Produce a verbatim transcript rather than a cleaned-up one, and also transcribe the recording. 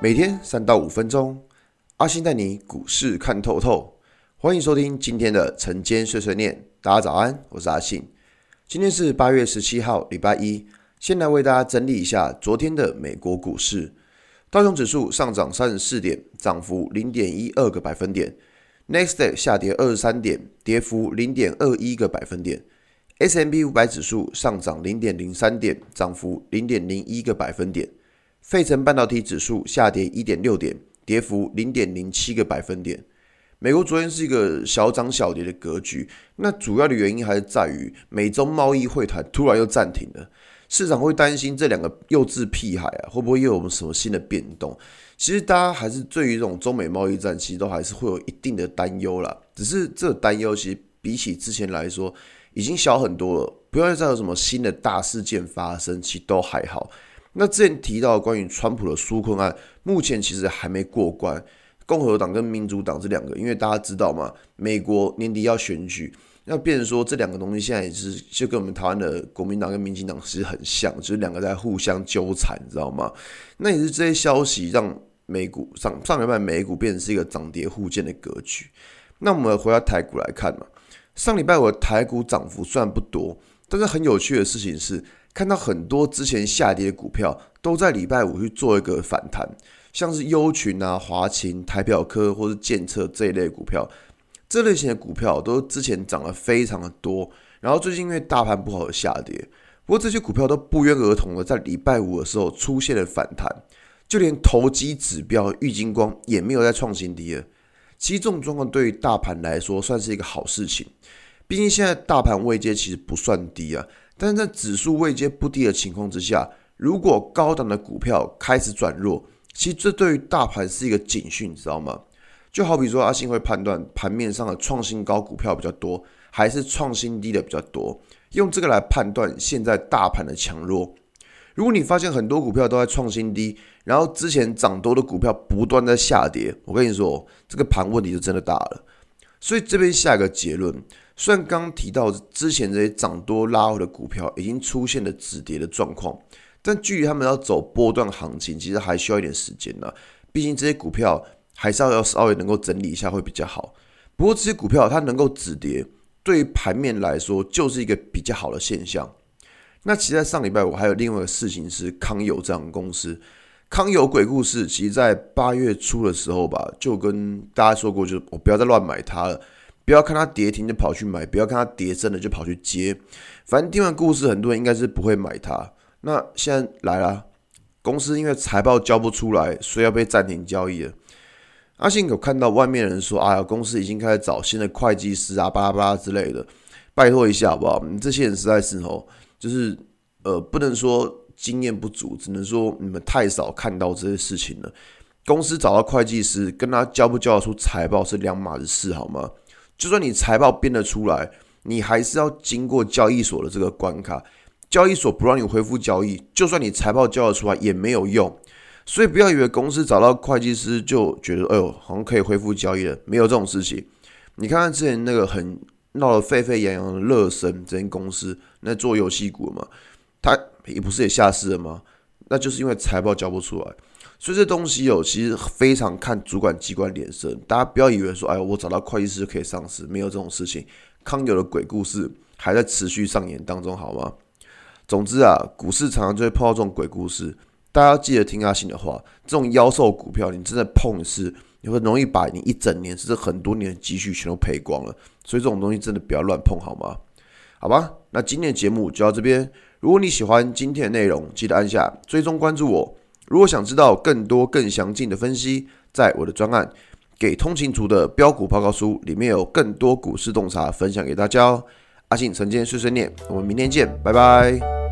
每天三到五分钟，阿信带你股市看透透。欢迎收听今天的晨间碎碎念。大家早安，我是阿信。今天是八月十七号，礼拜一。先来为大家整理一下昨天的美国股市。道琼指数上涨三十四点，涨幅 零点一二 个百分点。Nasdaq 下跌二十三点，跌幅 零点二一 个百分点。S and P 五百 指数上涨 零点零三 点，涨幅 零点零一 个百分点。费城半导体指数下跌 一点六 点，跌幅 零点零七 个百分点。美国昨天是一个小涨小跌的格局，那主要的原因还是在于美中贸易会谈突然又暂停了，市场会担心这两个幼稚屁孩啊会不会又有什么新的变动？其实大家还是对于这种中美贸易战，其实都还是会有一定的担忧啦。只是这个担忧其实比起之前来说已经小很多了，不要再有什么新的大事件发生，其实都还好。那之前提到关于川普的纾困案，目前其实还没过关。共和党跟民主党这两个，因为大家知道嘛，美国年底要选举，那变成说这两个东西现在也是就跟我们台湾的国民党跟民进党其实很像，就是两个在互相纠缠，你知道吗？那也是这些消息让美股上上礼拜美股变成是一个涨跌互见的格局。那我们回到台股来看嘛，上礼拜我的台股涨幅虽然不多，但是很有趣的事情是，看到很多之前下跌的股票都在礼拜五去做一个反弹，像是优群啊、华勤、台表科或是建策这一类的股票，这类型的股票都之前涨得非常的多，然后最近因为大盘不好而下跌。不过这些股票都不约而同的在礼拜五的时候出现了反弹，就连投机指标玉晶光也没有再创新低了。其实这种状况对于大盘来说算是一个好事情，毕竟现在大盘位阶其实不算低啊，但是在指数位阶不低的情况之下，如果高档的股票开始转弱，其实这对于大盘是一个警讯，你知道吗？就好比说阿信会判断盘面上的创新高股票比较多，还是创新低的比较多，用这个来判断现在大盘的强弱。如果你发现很多股票都在创新低，然后之前涨多的股票不断在下跌，我跟你说，这个盘问题就真的大了。所以这边下一个结论，虽然刚刚提到之前这些涨多拉回的股票已经出现了止跌的状况，但距离他们要走波段行情，其实还需要一点时间呢。毕竟这些股票还是要稍微能够整理一下会比较好。不过这些股票它能够止跌，对于盘面来说就是一个比较好的现象。那其实在上礼拜我还有另外一个事情是康友这样的公司。康友鬼故事其实在八月初的时候吧，就跟大家说过，就是我不要再乱买它了，不要看它跌停就跑去买，不要看它跌升了就跑去接。反正听完故事，很多人应该是不会买它。那现在来啦，公司因为财报交不出来，所以要被暂停交易了。阿信有看到外面人说，哎呀，公司已经开始找新的会计师啊，巴拉巴拉之类的，拜托一下好不好？你这些人实在是哦，就是呃，不能说经验不足，只能说你们太少看到这些事情了。公司找到会计师，跟他交不交得出财报是两码子事，好吗？就算你财报编得出来，你还是要经过交易所的这个关卡。交易所不让你恢复交易，就算你财报交得出来也没有用。所以不要以为公司找到会计师就觉得，哎呦，好像可以恢复交易了，没有这种事情。你看看之前那个很闹得沸沸扬扬的乐神这间公司，那做游戏股嘛，它也不是也下市了吗？那就是因为财报交不出来。所以这东西有其实非常看主管机关脸色，大家不要以为说，哎，我找到会计师可以上市，没有这种事情。康友的鬼故事还在持续上演当中，好吗？总之啊，股市常常就会碰到这种鬼故事，大家要记得听阿信的话。这种妖兽股票，你真的碰一次，你会容易把你一整年甚至很多年的积蓄全都赔光了。所以这种东西真的不要乱碰，好吗？好吧，那今天的节目就到这边。如果你喜欢今天的内容，记得按下追踪关注我。如果想知道更多更详尽的分析，在我的专案《给通勤族的标股报告书》里面有更多股市洞察分享给大家哦。阿信晨间碎碎念，我们明天见，拜拜。